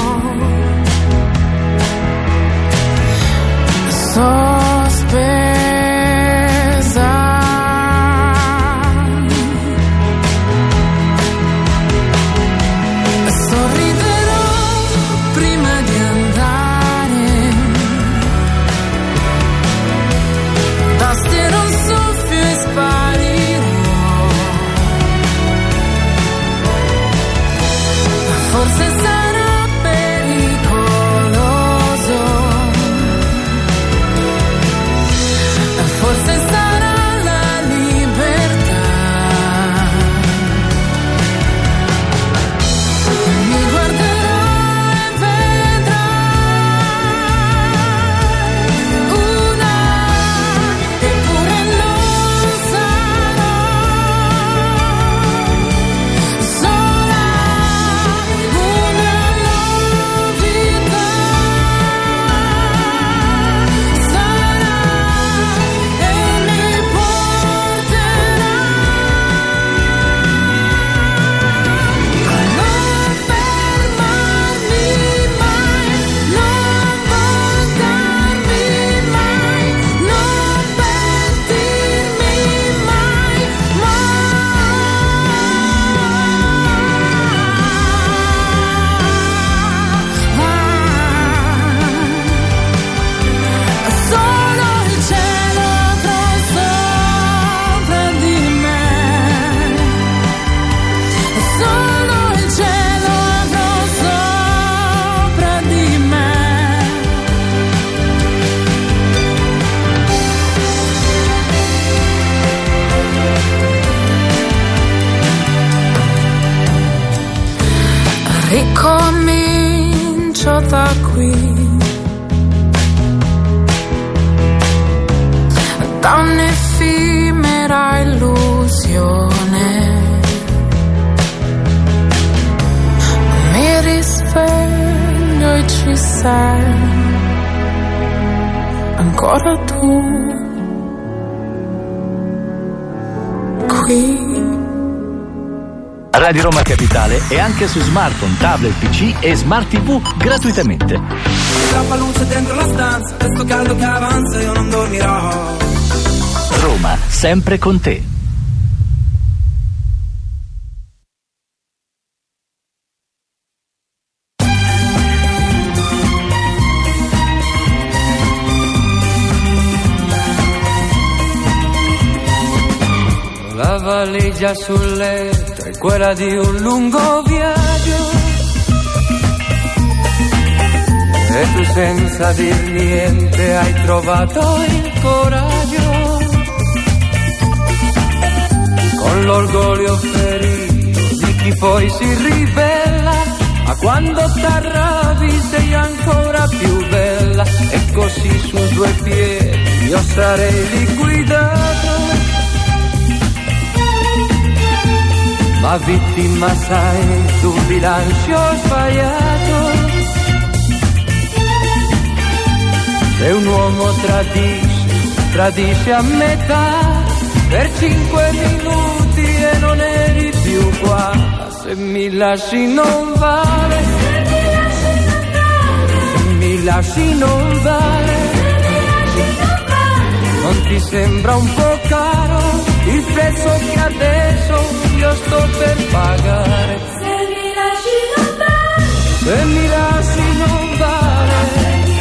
sospesa. Forse sarà pericoloso, forse sarà la libertà. Mi guarderai e vedrai una, eppure non sarò sola. Ricomincio da qui, da un'effimera illusione, mi risveglio e ci sei ancora tu, qui. Radio Roma Capitale è anche su smartphone, tablet, P C e smart tivù gratuitamente. Troppa luce dentro la stanza, questo caldo che avanza io non dormirò. Roma, sempre con te. La valigia sul letto è quella di un lungo viaggio e tu senza dir niente hai trovato il coraggio, con l'orgoglio ferito di chi poi si ribella, ma quando t'arrabbi sei ancora più bella, e così su due piedi io sarei liquidato, ma vittima sai d'un bilancio sbagliato. Se un uomo tradisce, tradisce a metà, per cinque minuti e non eri più qua. Se mi lasci non vale, se mi lasci non vale, non ti sembra un po' caro il prezzo che adesso io sto per pagare? Se mi lasci non vale, se mi lasci non vale,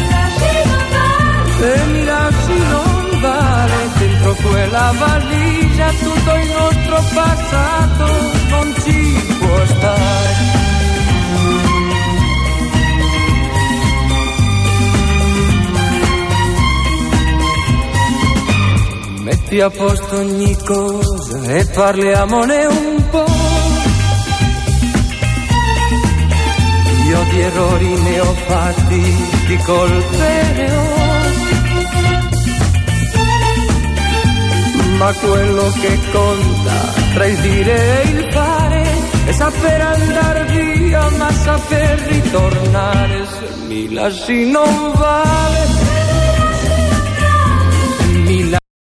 se mi lasci non vale, dentro quella valigia tutto il nostro passato non ci può stare. Metti a posto ogni cosa e parliamone un po'. Io di errori ne ho fatti, di colpe ne ho, ma quello che conta tra il dire e il fare è saper andar via ma saper ritornare. Se mi lasci non vale,